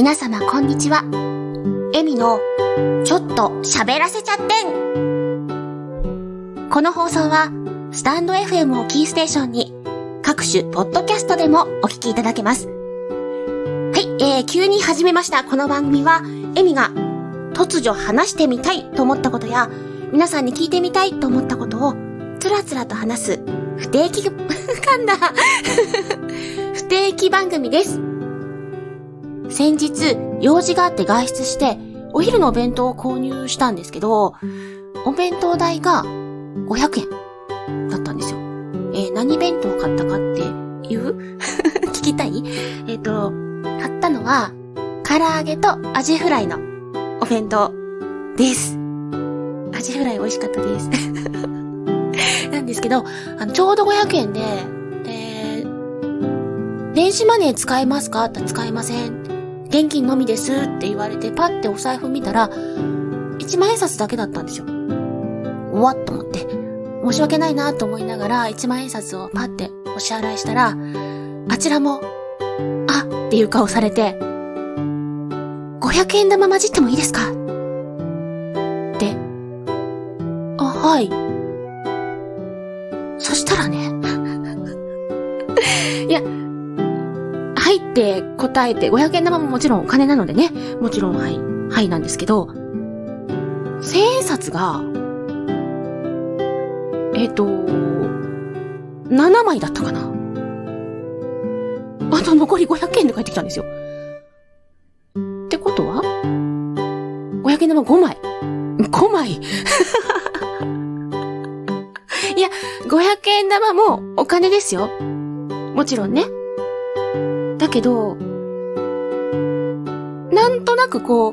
皆様こんにちは。エミのちょっと喋らせちゃってん。この放送はスタンド FM をキーステーションに各種ポッドキャストでもお聞きいただけます。はい、急に始めましたこの番組は、エミが突如話してみたいと思ったことや皆さんに聞いてみたいと思ったことをつらつらと話す不定期不定期番組です。先日用事があって外出してお昼のお弁当を購入したんですけど、お弁当代が500円だったんですよ。何弁当を買ったかっていう聞きたい？買ったのは唐揚げとアジフライのお弁当です。アジフライ美味しかったですなんですけど、ちょうど500円で、電子マネー使えますかって使えません。現金のみですって言われて、パッてお財布見たら、1万円札だけだったんですよ。おわっと思って、申し訳ないなと思いながら、1万円札をパッてお支払いしたら、あちらも、あっていう顔されて、500円玉混じってもいいですかって、あ、はい。そしたらね、いや、はいって答えて、500円玉ももちろんお金なのでね、もちろんはい、はいなんですけど、1000円札が、7枚だったかな。あと残り500円で返ってきたんですよ。ってことは、500円玉5枚。5枚いや、500円玉もお金ですよ。もちろんね。だけど、なんとなくこう、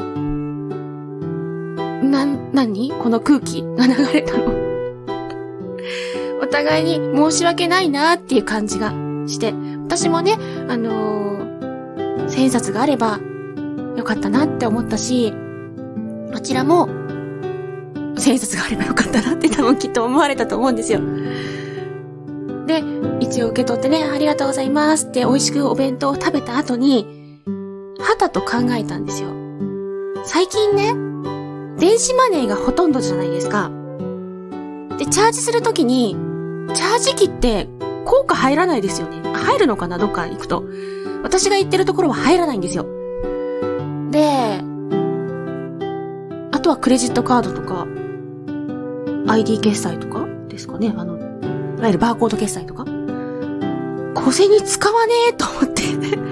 何この空気が流れたの。お互いに申し訳ないなっていう感じがして、私もね、千円札があればよかったなって思ったし、こちらも千円札があればよかったなって多分きっと思われたと思うんですよ。で、一応受け取ってね、ありがとうございますって美味しくお弁当を食べた後に、はたと考えたんですよ。最近ね、電子マネーがほとんどじゃないですか。で、チャージするときに、チャージ機って効果入らないですよね。入るのかな、どっか行くと。私が行ってるところは入らないんですよ。で、あとはクレジットカードとか、ID 決済とかですかね。いわゆるバーコード決済とか。小銭使わねえと思って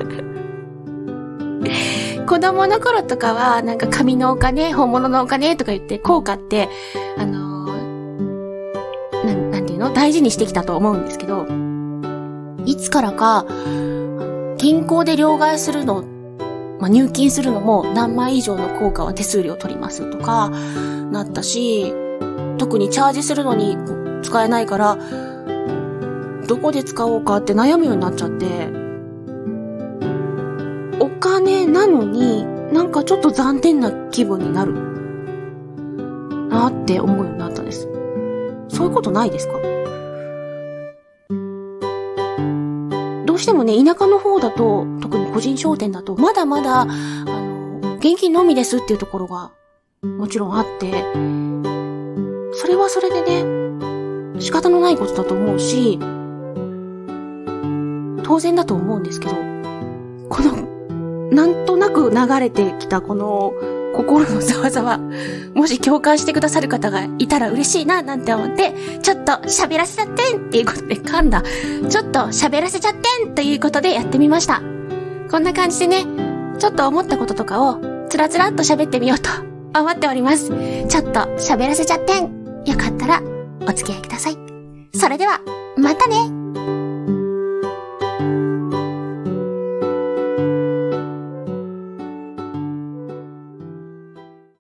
子供の頃とかはなんか紙のお金、本物のお金とか言って効果ってなんていうの、大事にしてきたと思うんですけど、いつからか銀行で両替するの、入金するのも何枚以上の効果は手数料取りますとかなったし、特にチャージするのに使えないからどこで使おうかって悩むようになっちゃって、お金なのになんかちょっと残念な気分になるなって思うようになったんです。そういうことないですか？どうしてもね、田舎の方だと、特に個人商店だとまだまだ現金のみですっていうところがもちろんあって、それはそれでね、仕方のないことだと思うし、当然だと思うんですけど、このなんとなく流れてきたこの心のざわざわ、もし共感してくださる方がいたら嬉しいななんて思って、ちょっと喋らせちゃってんっていうことで噛んだ。ちょっと喋らせちゃってんということでやってみました。こんな感じでね、ちょっと思ったこととかをつらつらっと喋ってみようと思っております。ちょっと喋らせちゃってん。よかったらお付き合いください。それでは、またね。